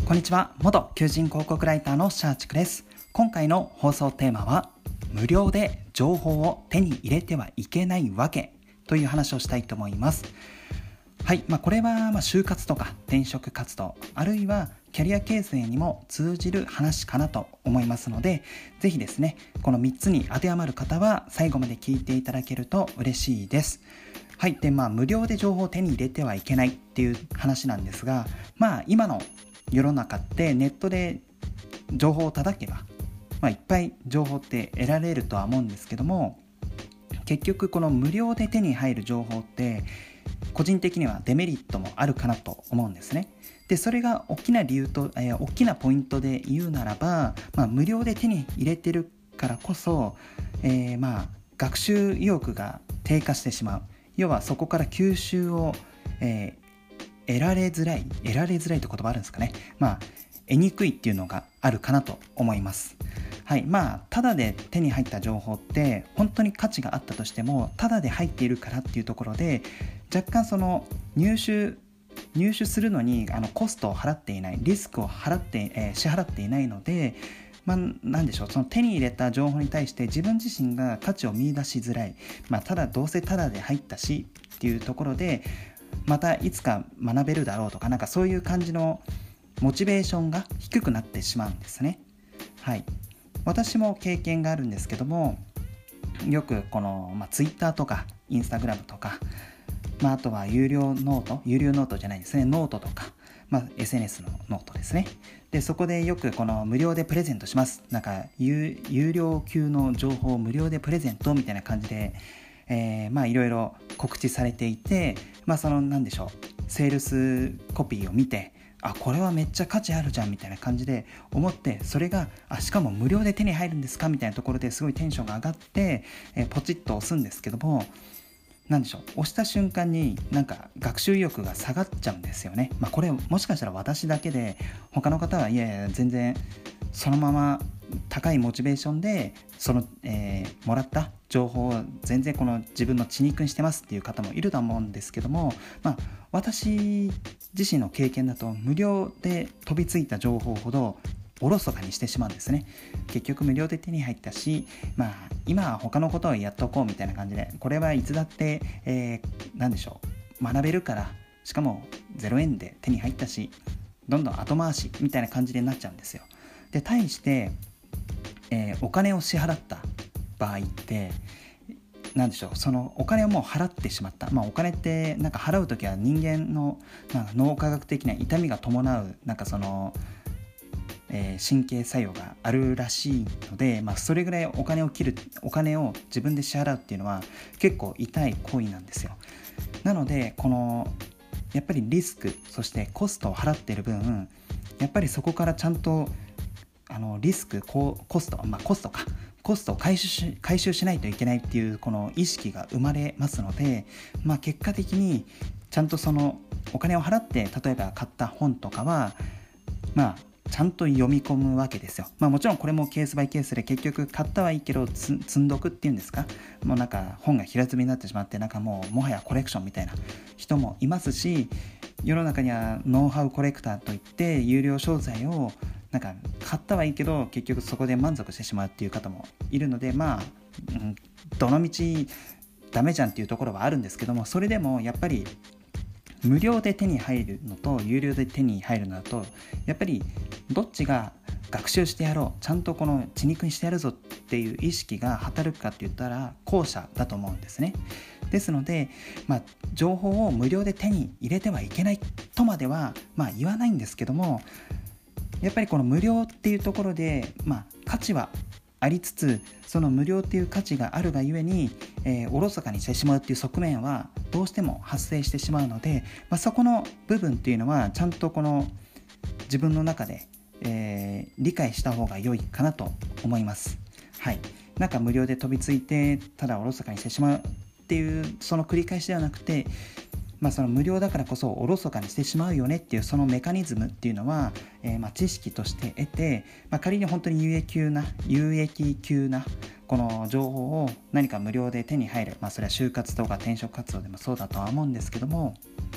こんにちは。元求人広告ライターのシャーチクです。今回の放送テーマは、無料で情報を手に入れてはいけないわけという話をしたいと思います。はい、これは就活とか転職活動、あるいはキャリア形成にも通じる話かなと思いますので、ぜひですね、この3つに当てはまる方は最後まで聞いていただけると嬉しいです。はい。で、無料で情報を手に入れてはいけないっていう話なんですが、今の世の中ってネットで情報を叩けば、いっぱい情報って得られるとは思うんですけども、結局この無料で手に入る情報って個人的にはデメリットもあるかなと思うんですね。で、それが大きな理由と、大きなポイントで言うならば、無料で手に入れてるからこそ、学習意欲が低下してしまう。要はそこから吸収を、得られづらいという言葉あるんですかね。得にくいっていうのがあるかなと思います。はい。ただで手に入った情報って本当に価値があったとしても、ただで入っているからっていうところで、若干その入手するのにコストを払っていない、リスクを支払っていないので、なんでしょう、その手に入れた情報に対して自分自身が価値を見出しづらい、どうせただで入ったしっていうところで、またいつか学べるだろうとか、そういう感じのモチベーションが低くなってしまうんですね。はい。私も経験があるんですけども、よくこの、Twitter とか Instagram とか、あとは有料ノートじゃないですね、ノートとか、SNS のノートですね。で、そこでよくこの無料でプレゼントします。有料級の情報を無料でプレゼントみたいな感じで、いろいろ告知されていて、なんでしょう、セールスコピーを見て、これはめっちゃ価値あるじゃんみたいな感じで思って、それがしかも無料で手に入るんですかみたいなところですごいテンションが上がって、ポチッと押すんですけども、なんでしょう、押した瞬間に学習意欲が下がっちゃうんですよね。これもしかしたら私だけで、他の方はいや全然そのまま高いモチベーションでもらった情報を全然この自分の血肉にしてますっていう方もいると思うんですけども、私自身の経験だと、無料で飛びついた情報ほどおろそかにしてしまうんですね。結局無料で手に入ったし、今は他のことをやっとこうみたいな感じで、これはいつだって、なんでしょう、学べるから、しかも0円で手に入ったし、どんどん後回しみたいな感じになっちゃうんですよ。で、対して、お金を支払った場合って、なんでしょう、そのお金をもう払ってしまった、お金って払うときは人間の脳科学的な痛みが伴う神経作用があるらしいので、それぐらいお金を自分で支払うっていうのは結構痛い行為なんですよ。なのでやっぱりリスク、そしてコストを払っている分、やっぱりそこからちゃんとリスク、コストを回収しないといけないっていうこの意識が生まれますので、結果的にちゃんとそのお金を払って例えば買った本とかはちゃんと読み込むわけですよ。もちろんこれもケースバイケースで、結局買ったはいいけど積んどくっていうんですか、もう本が平積みになってしまって、もはやコレクションみたいな人もいますし、世の中にはノウハウコレクターといって有料商材を買ったはいいけど結局そこで満足してしまうっていう方もいるので、どの道ダメじゃんっていうところはあるんですけども、それでもやっぱり無料で手に入るのと有料で手に入るのだと、やっぱりどっちが学習してやろう、ちゃんとこの血肉にしてやるぞっていう意識が働くかって言ったら後者だと思うんですね。ですので、情報を無料で手に入れてはいけないとまでは言わないんですけども、やっぱりこの無料っていうところで、価値はありつつ、その無料っていう価値があるがゆえに、おろそかにしてしまうっていう側面はどうしても発生してしまうので、そこの部分っていうのはちゃんとこの自分の中で、理解した方が良いかなと思います。はい。無料で飛びついてただおろそかにしてしまうっていうその繰り返しではなくて、その無料だからこそおろそかにしてしまうよねっていうそのメカニズムっていうのは、知識として得て、仮に本当に有益級なこの情報を何か無料で手に入る、それは就活とか転職活動でもそうだとは思うんですけども、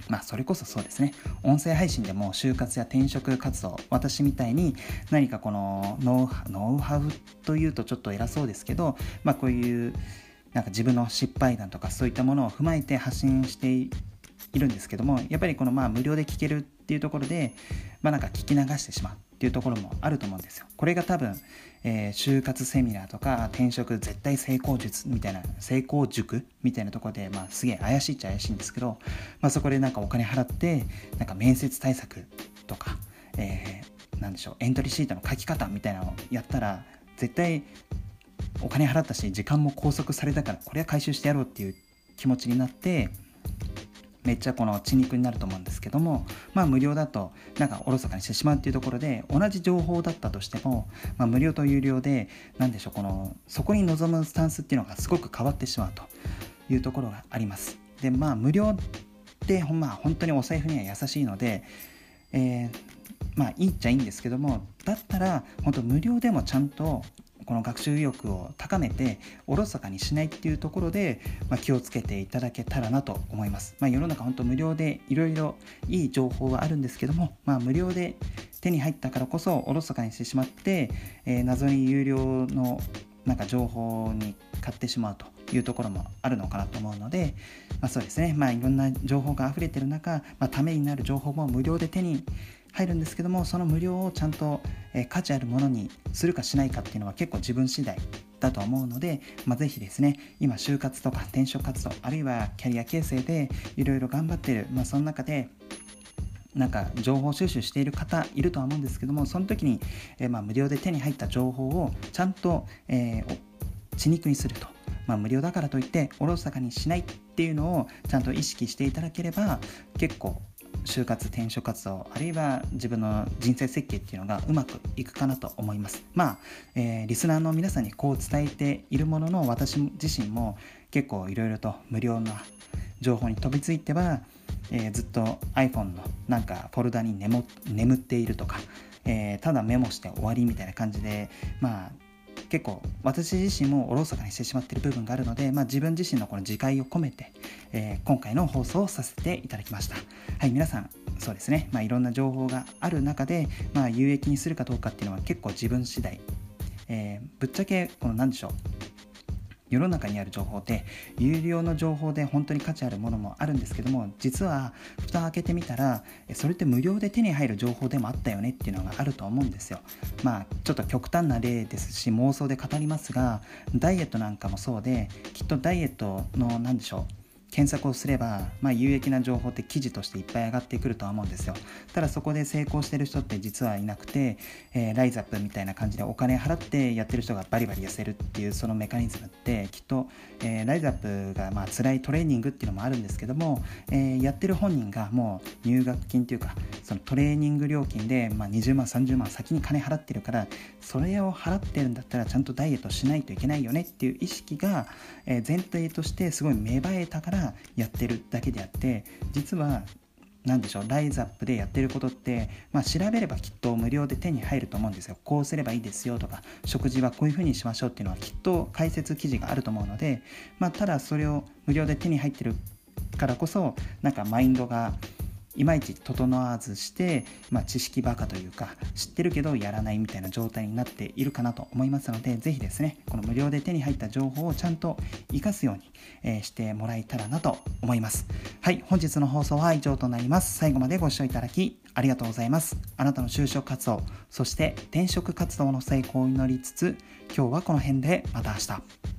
それこそそうですね、音声配信でも就活や転職活動、私みたいに何かこのノウハウというとちょっと偉そうですけど、こういうなんか自分の失敗談とかそういったものを踏まえて発信しているんですけども、やっぱりこの無料で聞けるっていうところで、なんか聞き流してしまうっていうところもあると思うんですよ。これが多分、就活セミナーとか転職絶対成功術みたいな、成功塾みたいなところで、すげえ怪しいっちゃ怪しいんですけど、そこでなんかお金払ってなんか面接対策とか、なんでしょう、エントリーシートの書き方みたいなのをやったら絶対お金払ったし時間も拘束されたから、これは回収してやろうっていう気持ちになってめっちゃこの血肉になると思うんですけども、無料だとなんかおろそかにしてしまうっていうところで、同じ情報だったとしても、無料と有料でなんでしょう、そこに臨むスタンスっていうのがすごく変わってしまうというところがあります。で無料って本当にお財布には優しいので、いいっちゃいいんですけども、だったら本当無料でもちゃんとこの学習意欲を高めておろそかにしないっていうところで、気をつけていただけたらなと思います。世の中本当無料でいろいろいい情報はあるんですけども、無料で手に入ったからこそおろそかにしてしまって、謎に有料のなんか情報に買ってしまうというところもあるのかなと思うので、そうですね、いろんな情報が溢れている中、ためになる情報も無料で手に入るんですけども、その無料をちゃんと、価値あるものにするかしないかっていうのは結構自分次第だと思うので、ぜひですね、今就活とか転職活動、あるいはキャリア形成でいろいろ頑張っている、その中でなんか情報収集している方いるとは思うんですけども、その時に、無料で手に入った情報をちゃんと、血肉にすると、無料だからといっておろそかにしないっていうのをちゃんと意識していただければ、結構就活転職活動、あるいは自分の人生設計っていうのがうまくいくかなと思います。リスナーの皆さんにこう伝えているものの、私自身も結構いろいろと無料な情報に飛びついては、ずっと iPhone のなんかフォルダに眠っているとか、ただメモして終わりみたいな感じで、結構私自身もおろそかにしてしまっている部分があるので、自分自身のこの自戒を込めて、今回の放送をさせていただきました。はい、皆さんそうですね、いろんな情報がある中で、有益にするかどうかっていうのは結構自分次第、ぶっちゃけ何でしょう、世の中にある情報って有料の情報で本当に価値あるものもあるんですけども、実は蓋を開けてみたらそれって無料で手に入る情報でもあったよねっていうのがあると思うんですよ。ちょっと極端な例ですし妄想で語りますが、ダイエットなんかもそうで、きっとダイエットの何でしょう、検索をすれば、有益な情報って記事としていっぱい上がってくるとは思うんですよ。ただそこで成功してる人って実はいなくて、ライズアップみたいな感じでお金払ってやってる人がバリバリ痩せるっていうそのメカニズムってきっと、ライズアップが辛いトレーニングっていうのもあるんですけども、やってる本人がもう入学金というかそのトレーニング料金で、20万30万先に金払ってるから、それを払ってるんだったらちゃんとダイエットしないといけないよねっていう意識が、前提としてすごい芽生えたからやってるだけであって、実は何でしょう、ライズアップでやってることって、調べればきっと無料で手に入ると思うんですよ。こうすればいいですよとか、食事はこういう風にしましょうっていうのはきっと解説記事があると思うので、ただそれを無料で手に入ってるからこそ、なんかマインドがいまいち整わずして、知識バカというか知ってるけどやらないみたいな状態になっているかなと思いますので、ぜひですね、この無料で手に入った情報をちゃんと活かすように、してもらえたらなと思います。はい、本日の放送は以上となります。最後までご視聴いただきありがとうございます。あなたの就職活動、そして転職活動の成功を祈りつつ、今日はこの辺で、また明日。